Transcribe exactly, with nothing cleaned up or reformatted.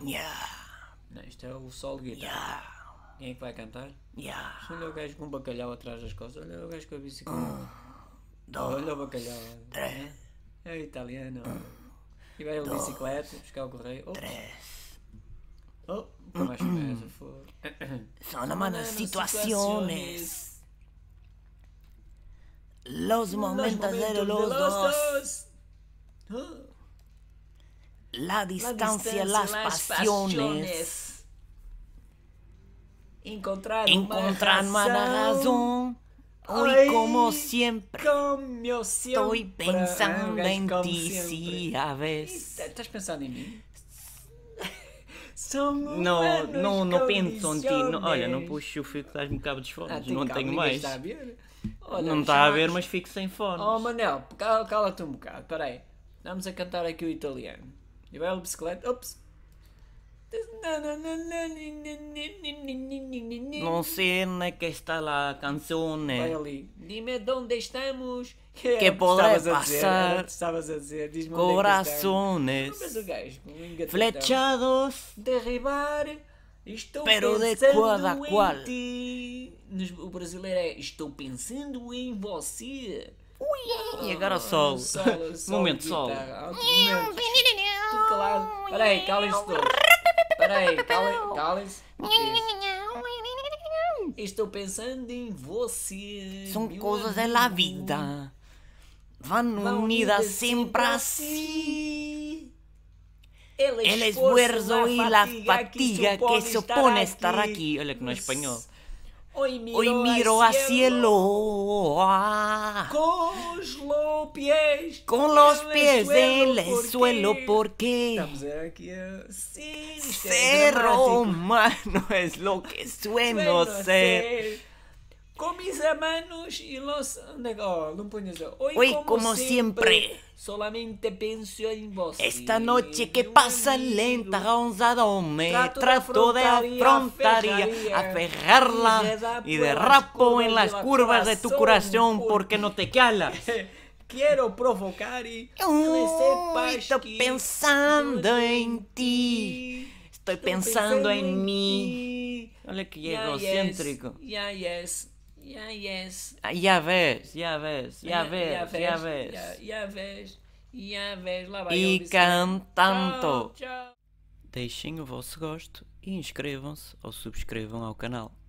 Yeah. Não, isto é o solo de guitarra. Yeah. Quem é que vai cantar? Yeah. Olha o gajo com um bacalhau atrás das costas. Olha o gajo com a bicicleta. Um, dois, Olha o bacalhau. três. É, é italiano. E vai ele de bicicleta, buscar o correio. Oh, tres. oh, nunca mais começa. For. Son malas situaciones. Los momentos de los dos. Oh, La la distancia, distancia, las las pasiones. pasiones. Encontrar, Encontrar uma una razão. razón. Hoy Ay, como siempre. Como eu sempre. Estoy pensando Ah, um en gajo como ti, sempre. sí, a veces. Isso, Estás pensando em mim? Somos Não, humanos não, não penso em ti. Não, condiciones. olha, não puxo o fio que estás-me cabo dos Ah, fones. tem Não calma, tenho ninguém mais. Está a ver? Olha, Não está a ver, chamamos- mas fico sem fones. Oh Manel, cala- cala-te um bocado, peraí. Vamos a cantar aqui o italiano. E vai a bicicleta. Ops. No sé en qué está la canción. Vai ali. Dime onde estamos. Que podrá Estavas a dizer, passar. era o que Estavas a dizer. Diz-me onde é que estamos. Corazones Mas o gajo, um engatatão. flechados. Derribar. Estou Pero de pensando qual a em qual? ti. Nos- O brasileiro é estou pensando em você. E agora solo. Solo, solo Momento de solo. guitarra. Alto momento. Tudo calado. Peraí, calem-se todos. Peraí, calem- calem-se. Estou pensando em você. Son meu cosas de amigo. la vida. Van Van unidas siempre así. así. El El esfuerzo esfuerzo y la fatiga que supone supone estar aquí. Olha que no es español. Hoy miro, Hoy miro al al cielo. Ah, Con los pies. con los en el pies en el porque suelo porque Estamos aqui a... Sim, isto é ser dramático. humano es lo que sueno Sueno ser. Con mis hermanos y los... Oh, no pones... Hoy, Hoy, como, como siempre, solamente pienso en vos. Esta noche que meu pasa amigo. lenta, gonzadome, Trato de trato de afrontar y afrontar y aferrar- aferrarla y y derrapo derrapo en en las las curvas curvas de de tu tu corazón corazón porque no te calas. Quiero provocar y que Uy, sepas estoy que pensando yo en ti. Estoy pensando en mí. ti. Olha que Ya egocéntrico. yes, ya yes, ya yes. Ah, Ya ves, ya ves, ya Ya ves, ya ves. Ya, ya ves, ya ves. Lá vai E ele bicicleta. cantando. Tchau, tchau. Deixem o vosso gosto e inscrevam-se ou subscrevam ao canal.